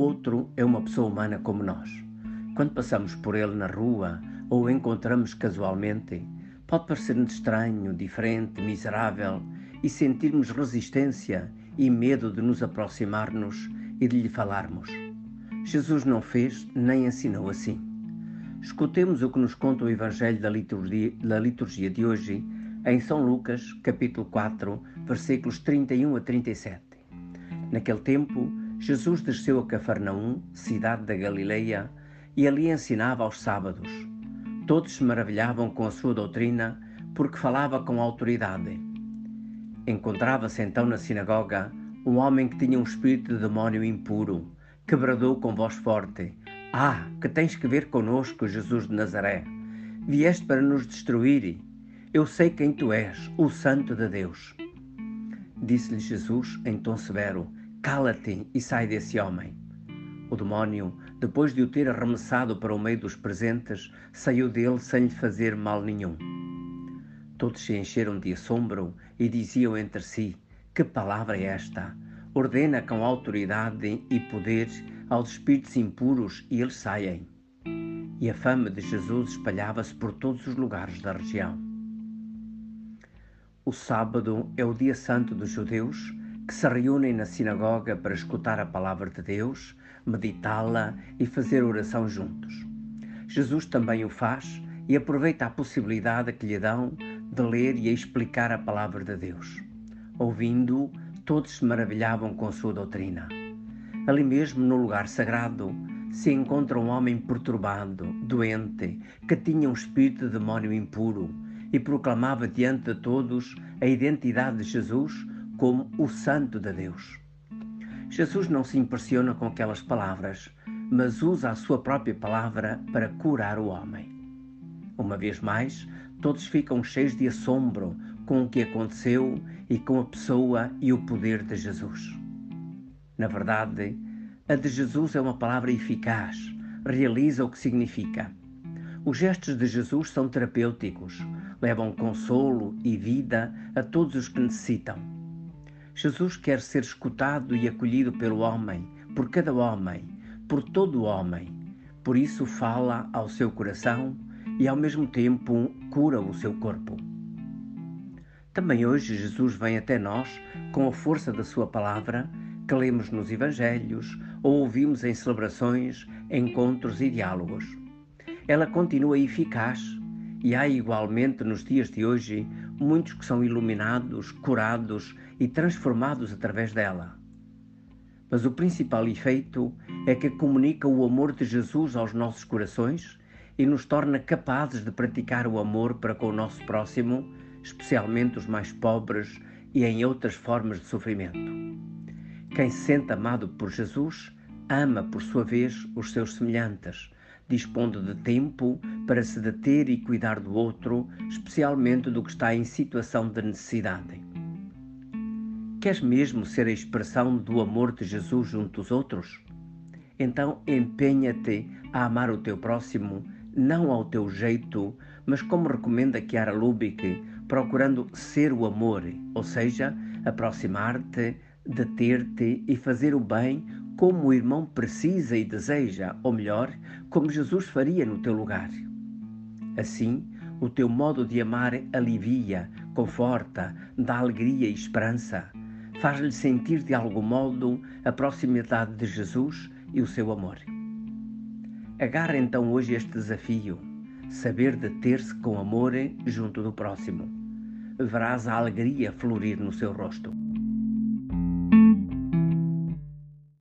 outro é uma pessoa humana como nós. Quando passamos por ele na rua ou o encontramos casualmente, pode parecer-nos estranho, diferente, miserável e sentirmos resistência e medo de nos aproximar-nos e de lhe falarmos. Jesus não fez nem ensinou assim. Escutemos o que nos conta o Evangelho da liturgia de hoje, em São Lucas, capítulo 4, versículos 31 a 37. Naquele tempo, Jesus desceu a Cafarnaum, cidade da Galileia, e ali ensinava aos sábados. Todos se maravilhavam com a sua doutrina, porque falava com autoridade. Encontrava-se então na sinagoga um homem que tinha um espírito de demónio impuro, que bradou com voz forte: "Ah, que tens que ver conosco, Jesus de Nazaré? Vieste para nos destruir? Eu sei quem tu és, o Santo de Deus." Disse-lhe Jesus em tom severo: "Cala-te e sai desse homem." O demónio, depois de o ter arremessado para o meio dos presentes, saiu dele sem lhe fazer mal nenhum. Todos se encheram de assombro e diziam entre si: "Que palavra é esta? Ordena com autoridade e poder aos espíritos impuros e eles saem." E a fama de Jesus espalhava-se por todos os lugares da região. O sábado é o dia santo dos judeus, que se reúnem na sinagoga para escutar a palavra de Deus, meditá-la e fazer oração juntos. Jesus também o faz e aproveita a possibilidade que lhe dão de ler e explicar a palavra de Deus. Ouvindo-o, todos se maravilhavam com a sua doutrina. Ali mesmo, no lugar sagrado, se encontra um homem perturbado, doente, que tinha um espírito de demónio impuro e proclamava diante de todos a identidade de Jesus como o Santo de Deus. Jesus não se impressiona com aquelas palavras, mas usa a sua própria palavra para curar o homem. Uma vez mais, todos ficam cheios de assombro com o que aconteceu e com a pessoa e o poder de Jesus. Na verdade, a de Jesus é uma palavra eficaz, realiza o que significa. Os gestos de Jesus são terapêuticos, levam consolo e vida a todos os que necessitam. Jesus quer ser escutado e acolhido pelo homem, por cada homem, por todo o homem. Por isso fala ao seu coração e ao mesmo tempo cura o seu corpo. Também hoje Jesus vem até nós com a força da sua palavra, que lemos nos Evangelhos ou ouvimos em celebrações, encontros e diálogos. Ela continua eficaz e há igualmente nos dias de hoje muitos que são iluminados, curados e transformados através dela. Mas o principal efeito é que comunica o amor de Jesus aos nossos corações e nos torna capazes de praticar o amor para com o nosso próximo, especialmente os mais pobres e em outras formas de sofrimento. Quem se sente amado por Jesus, ama por sua vez os seus semelhantes, dispondo de tempo para se deter e cuidar do outro, especialmente do que está em situação de necessidade. Queres mesmo ser a expressão do amor de Jesus junto dos outros? Então empenha-te a amar o teu próximo, não ao teu jeito, mas como recomenda Chiara Lubich, procurando ser o amor, ou seja, aproximar-te, deter-te e fazer o bem como o irmão precisa e deseja, ou melhor, como Jesus faria no teu lugar. Assim, o teu modo de amar alivia, conforta, dá alegria e esperança, faz-lhe sentir de algum modo a proximidade de Jesus e o seu amor. Agarra então hoje este desafio, saber deter-se com amor junto do próximo. Verás a alegria florir no seu rosto.